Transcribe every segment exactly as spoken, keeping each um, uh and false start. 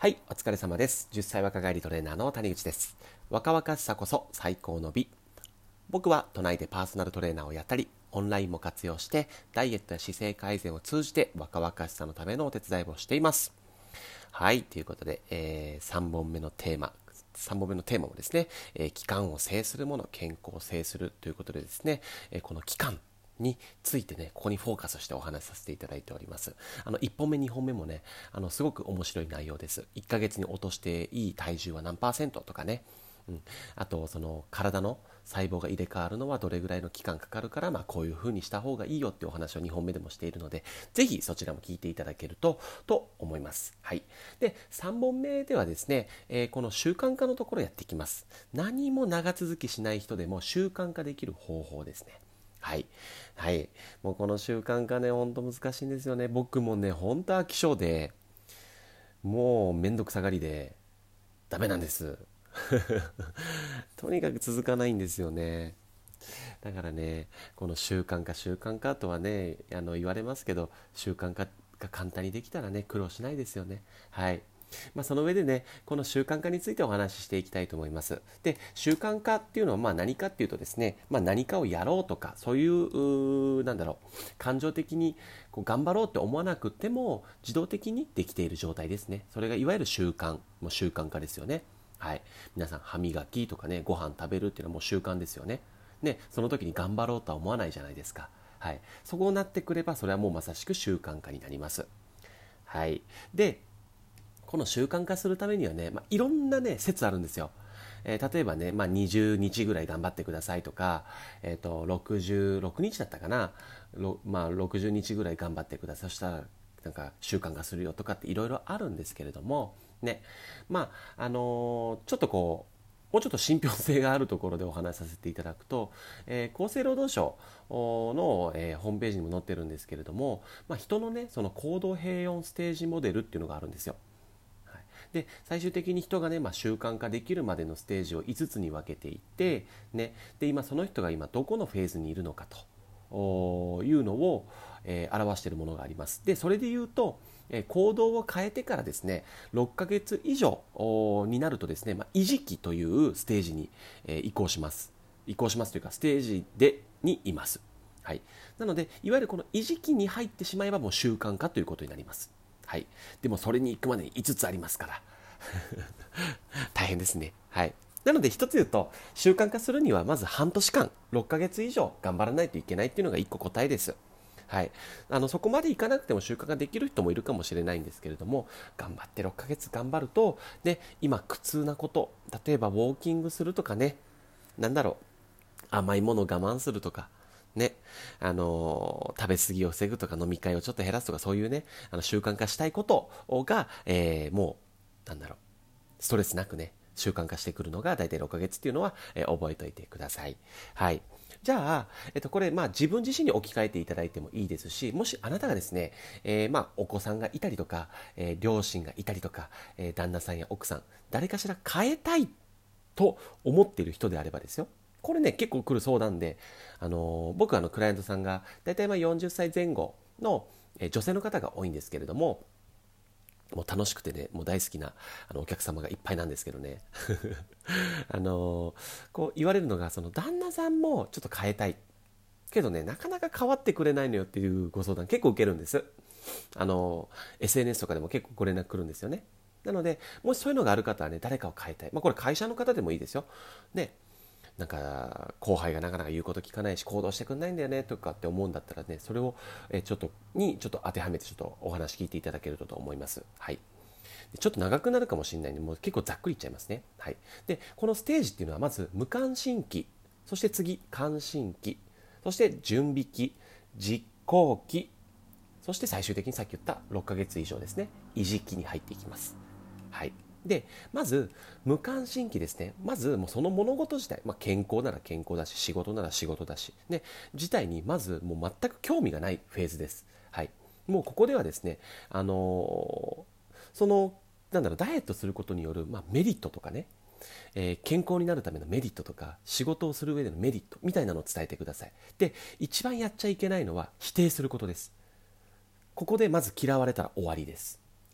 はい、お疲れ様です。じゅっさい若返りトレーナーの谷口です。若々しさこそ最高の美。僕は都内でパーソナルトレーナーをやったり、オンラインも活用して、ダイエットや姿勢改善を通じて若々しさのためのお手伝いをしています。はい、ということで、えー、さんぼんめのテーマ、さんぼんめのテーマもですね、えー、期間を制するもの、健康を制するということでですね、えー、この期間についてね、ここにフォーカスしてお話しさせていただいております。あのいっぽんめにほんめもね、あのすごく面白い内容です。いっかげつに落としていい体重は何パーセントとかね、うん、あとその体の細胞が入れ替わるのはどれぐらいの期間かかるから、まあ、こういう風にした方がいいよっていうお話をにほんめでもしているので、ぜひそちらも聞いていただけるとと思います。はい、でさんぼんめではですね、えーこの習慣化のところやっていきます。何も長続きしない人でも習慣化できる方法ですね。はい。はい。もうこの習慣化ね、ほんと難しいんですよね。僕もね、本当は飽き性で、もうめんどくさがりで、ダメなんです。とにかく続かないんですよね。だからね、この習慣化習慣化とはね、あの言われますけど、習慣化が簡単にできたらね、苦労しないですよね。はい。まあ、その上でね、この習慣化についてお話ししていきたいと思います。で、習慣化っていうのはまあ何かっていうとですね、まあ、何かをやろうとか、そういう、うーなんだろう、感情的にこう頑張ろうって思わなくても、自動的にできている状態ですね。それがいわゆる習慣、もう習慣化ですよね。はい。皆さん、歯磨きとかね、ご飯食べるっていうのはもう習慣ですよね。ね、その時に頑張ろうとは思わないじゃないですか。はい。そこになってくれば、それはもうまさしく習慣化になります。はい。で、この習慣化するためにはね、まあ、いろんなね、説あるんですよ。えー例えばね、まあ、にじゅうにちぐらい頑張ってくださいとか、えー、とろくじゅうろくにちだったかな、まあ、ろくじゅうにちぐらい頑張ってください、そしたらなんか習慣化するよとかっていろいろあるんですけれどもね、まああのーちょっとこうもうちょっと信憑性があるところでお話しさせていただくと、えー厚生労働省の、えーホームページにも載ってるんですけれども、まあ、人のねその行動平穏ステージモデルっていうのがあるんですよ。はい、で最終的に人がね、まあ、習慣化できるまでのステージをいつつに分けていって、ね、で今その人が今どこのフェーズにいるのかというのを、えー表しているものがあります。でそれで言うと、えー行動を変えてからですねろっかげつ以上になるとですね、まあ、維持期というステージに、えー移行します移行しますというかステージでにいます。はい、なのでいわゆるこの維持期に入ってしまえばもう習慣化ということになります。はい、でもそれに行くまでにいつつありますから大変ですね。はい、なので一つ言うと習慣化するにはまず半年間ろっかげつ以上頑張らないといけないっていうのがいっこ答えです。はい、あのそこまでいかなくても習慣ができる人もいるかもしれないんですけれども、頑張ってろっかげつ頑張ると、ね、今苦痛なこと、例えばウォーキングするとかね、なんだろう、甘いものを我慢するとか、ね、あのー食べ過ぎを防ぐとか飲み会をちょっと減らすとか、そういうね、あの習慣化したいことが、えーもう、なんだろう、ストレスなくね、習慣化してくるのが大体ろっかげつっていうのは、えー覚えておいてください。はい。じゃあ、えっと、これ、まあ、自分自身に置き換えていただいてもいいですし、もしあなたがですね、えーまあ、お子さんがいたりとか、えー両親がいたりとか、えー旦那さんや奥さん、誰かしら変えたいと思っている人であればですよ。これね、結構来る相談で、あのー僕はあのクライアントさんが大体まあよんじゅっさいぜん後の、えー女性の方が多いんですけれども、もう楽しくてね、もう大好きなあのお客様がいっぱいなんですけどね。あのーこう言われるのが、その旦那さんもちょっと変えたい。けどね、なかなか変わってくれないのよっていうご相談結構受けるんです。あのー エスエヌエス とかでも結構ご連絡来るんですよね。なので、もしそういうのがある方はね、誰かを変えたい。まあこれ会社の方でもいいですよ。で、なんか後輩がなかなか言うこと聞かないし行動してくんないんだよねとかって思うんだったらね、それをえちょっとにちょっと当てはめてちょっとお話聞いていただけるとと思います。はい。でちょっと長くなるかもしれないんで、もう結構ざっくりいっちゃいますね。はい。でこのステージっていうのはまず無関心期、そして次関心期、そして準備期、実行期、そして最終的にさっき言ったろっかげつ以上ですね、維持期に入っていきます。はい。でまず無関心期ですね。まずもうその物事自体、まあ、健康なら健康だし仕事なら仕事だし、ね、自体にまずもう全く興味がないフェーズです。はい、もうここではですね、あのーそのなんだろう、ダイエットすることによる、まあ、メリットとかね、えー健康になるためのメリットとか仕事をする上でのメリットみたいなのを伝えてください。で一番やっちゃいけないのは否定することです。ここでまず嫌われたら終わりです。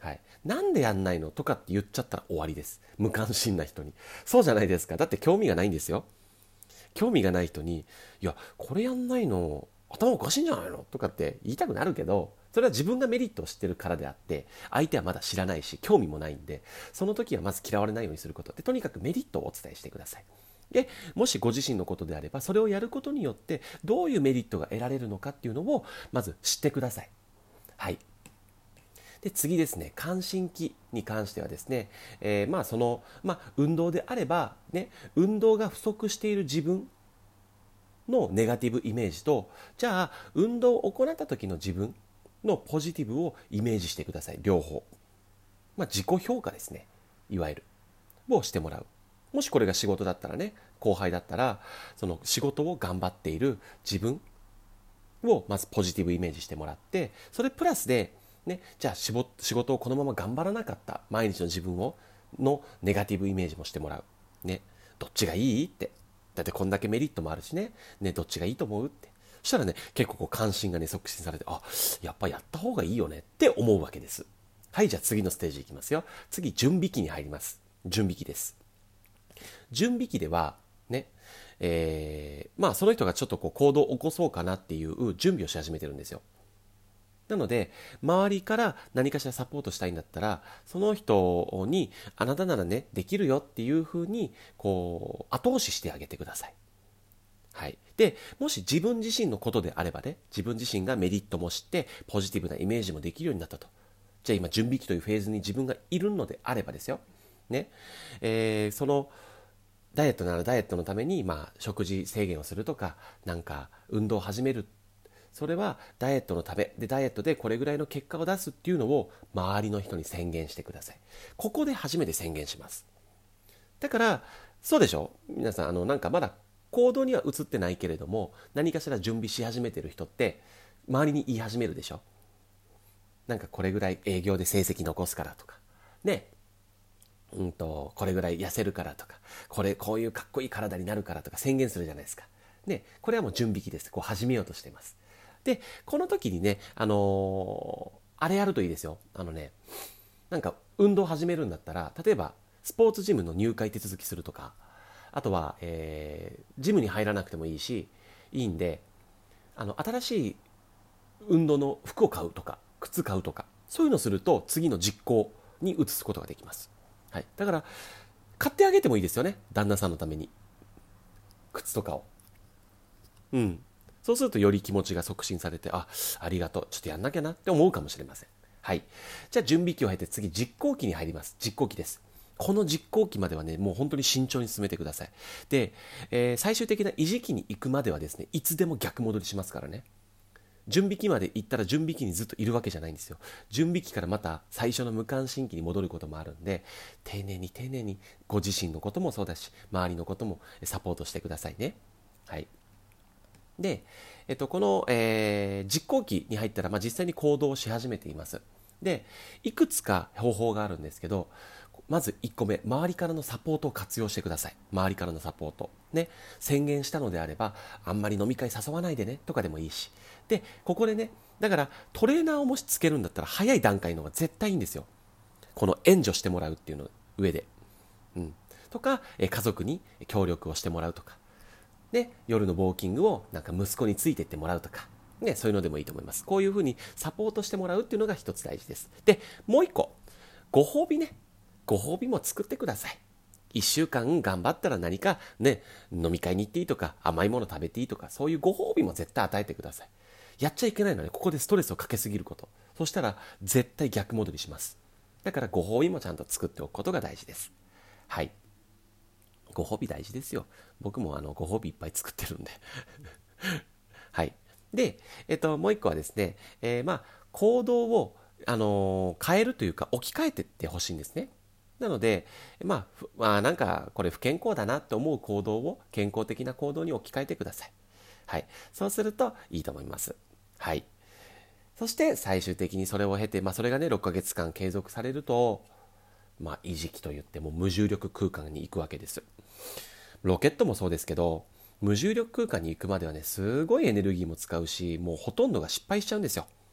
はい、なんでやんないのとかって言っちゃったら終わりです。無関心な人に。そうじゃないですか。だって興味がないんですよ。興味がない人に、いや、これやんないの、頭おかしいんじゃないのとかって言いたくなるけど、それは自分がメリットを知ってるからであって、相手はまだ知らないし、興味もないんで、その時はまず嫌われないようにすることで、とにかくメリットをお伝えしてください。で、もしご自身のことであれば、それをやることによって、どういうメリットが得られるのかっていうのを、まず知ってください。はい。で、次ですね、関心期に関してはですね、えーまあその、まあ運動であれば、ね、運動が不足している自分のネガティブイメージと、じゃあ運動を行った時の自分のポジティブをイメージしてください。両方。まあ自己評価ですね。いわゆる。をしてもらう。もしこれが仕事だったらね、後輩だったら、その仕事を頑張っている自分をまずポジティブイメージしてもらって、それプラスで、ね、じゃあ仕事をこのまま頑張らなかった毎日の自分をのネガティブイメージもしてもらう。ね、どっちがいいって。だってこんだけメリットもあるしね。ね、どっちがいいと思うって。そしたらね、結構こう関心がね、促進されて、あ、やっぱやった方がいいよねって思うわけです。はい、じゃあ次のステージいきますよ。次、準備期に入ります。準備期です。準備期では、ね、えー、まあその人がちょっとこう行動を起こそうかなっていう準備をし始めてるんですよ。なので、周りから何かしらサポートしたいんだったら、その人に、あなたならね、できるよっていうふうに、こう、後押ししてあげてください。はい。で、もし自分自身のことであればね、自分自身がメリットも知って、ポジティブなイメージもできるようになったと。じゃあ今、準備期というフェーズに自分がいるのであればですよ。ね。えー、その、ダイエットならダイエットのために、まあ、食事制限をするとか、なんか、運動を始める。それはダイエットのためで、ダイエットでこれぐらいの結果を出すっていうのを周りの人に宣言してください。ここで初めて宣言します。だからそうでしょ、皆さん、あのなんかまだ行動には移ってないけれども、何かしら準備し始めてる人って周りに言い始めるでしょ。なんかこれぐらい営業で成績残すからとかね、うんとこれぐらい痩せるからとか、これこういうかっこいい体になるからとか宣言するじゃないですか。ね、これはもう準備期です。こう始めようとしています。で、この時にね、あのーあれやるといいですよ。あのね、なんか運動始めるんだったら、例えばスポーツジムの入会手続きするとか、あとは、えージムに入らなくてもいいし、いいんで、あの新しい運動の服を買うとか、靴買うとか、そういうのすると次の実行に移すことができます。はい。だから買ってあげてもいいですよね。旦那さんのために靴とかを。うん。そうするとより気持ちが促進されて、あ、ありがとう、ちょっとやんなきゃなって思うかもしれません。はい。じゃあ準備期を経て次実行期に入ります。実行期です。この実行期まではね、もう本当に慎重に進めてください。で、えー最終的な維持期に行くまではですね、いつでも逆戻りしますからね。準備期まで行ったら準備期にずっといるわけじゃないんですよ。準備期からまた最初の無関心期に戻ることもあるんで、丁寧に丁寧にご自身のこともそうだし、周りのこともサポートしてくださいね。はい。で、えっと、この、えー実行期に入ったら、まあ、実際に行動をし始めています。で、いくつか方法があるんですけど、まずいっこめ、周りからのサポートを活用してください。周りからのサポート。ね、宣言したのであれば、あんまり飲み会誘わないでね、とかでもいいし。で、ここでね、だからトレーナーをもしつけるんだったら、早い段階の方が絶対いいんですよ。この援助してもらうっていうの上で。うん。とか、え家族に協力をしてもらうとか。で、夜のウォーキングをなんか息子についていってもらうとか、ね、そういうのでもいいと思います。こういうふうにサポートしてもらうっていうのが一つ大事です。で、もう一個、ご褒美ね。ご褒美も作ってください。一週間頑張ったら何かね、飲み会に行っていいとか、甘いもの食べていいとか、そういうご褒美も絶対与えてください。やっちゃいけないのはね、ここでストレスをかけすぎること。そしたら絶対逆戻りします。だからご褒美もちゃんと作っておくことが大事です。はい。ご褒美大事ですよ。僕もあのご褒美いっぱい作ってるんで。はい。で、えっと、もう一個はですね、えーまあ、行動を、あのー変えるというか、置き換えていってほしいんですね。なので、まあ、ふまあ、なんか、これ不健康だなって思う行動を健康的な行動に置き換えてください。はい。そうするといいと思います。はい。そして最終的にそれを経て、まあ、それがね、ろっかげつかん継続されると、まあ、維持期といっても無重力空間に行くわけです。ロケットもそうですけど、無重力空間に行くまではね、すごいエネルギーも使うし、もうほとんどが失敗しちゃうんですよ。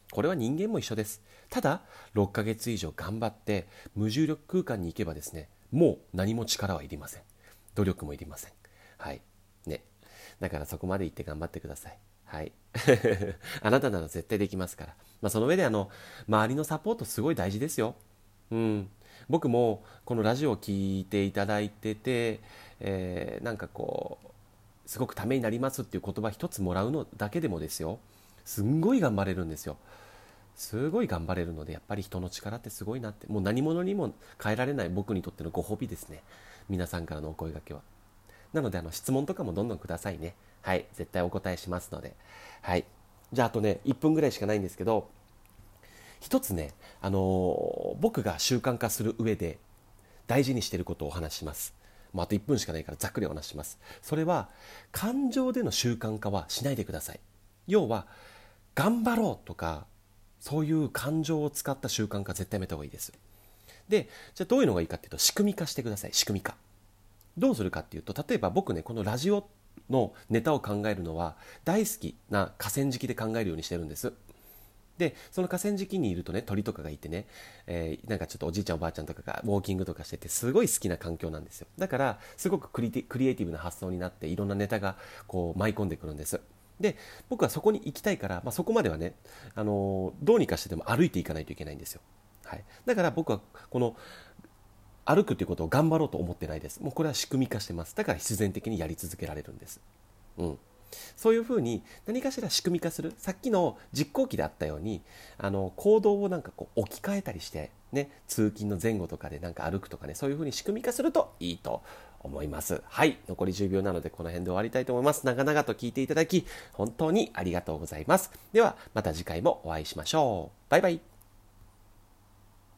これは人間も一緒です。ただろっかげつ以上頑張って無重力空間に行けばですね、もう何も力はいりません。努力もいりません。はいね。だからそこまで行って頑張ってください。はいあなたなら絶対できますから。まあ、その上であの周りのサポートすごい大事ですよ。うん、僕もこのラジオを聞いていただいてて、えーなんかこうすごくためになりますっていう言葉一つもらうのだけでもですよ、すんごい頑張れるんですよ。すごい頑張れるので、やっぱり人の力ってすごいなって、もう何者にも変えられない僕にとってのご褒美ですね、皆さんからのお声掛けは。なのであの質問とかもどんどんくださいね。はい、絶対お答えしますので。はい、じゃああとねいっぷんぐらいしかないんですけど、一つね、あのー僕が習慣化する上で大事にしていることをお話しします。もうあといっぷんしかないからざっくりお話しします。それは、感情での習慣化はしないでください。要は頑張ろうとか、そういう感情を使った習慣化絶対やめた方がいいです。で、じゃあどういうのがいいかっていうと、仕組み化してください。仕組み化。どうするかっていうと、例えば僕ね、このラジオのネタを考えるのは大好きな河川敷で考えるようにしてるんです。でその河川敷にいるとね、鳥とかがいてね、えーなんかちょっとおじいちゃんおばあちゃんとかがウォーキングとかしてて、すごい好きな環境なんですよ。だからすごくクリティクリエイティブな発想になって、いろんなネタがこう舞い込んでくるんです。で僕はそこに行きたいから、まあ、そこまではね、あのーどうにかしてでも歩いていかないといけないんですよ。はい、だから僕はこの歩くということを頑張ろうと思ってないです。もうこれは仕組み化してます。だから必然的にやり続けられるんです。うん、そういうふうに何かしら仕組み化する、さっきの実行機であったように、あの行動をなんかこう置き換えたりして、ね、通勤の前後とかでなんか歩くとかね、そういうふうに仕組み化するといいと思います。はい、残りじゅうびょうなのでこの辺で終わりたいと思います。長々と聞いていただき本当にありがとうございます。ではまた次回もお会いしましょう。バイバイ。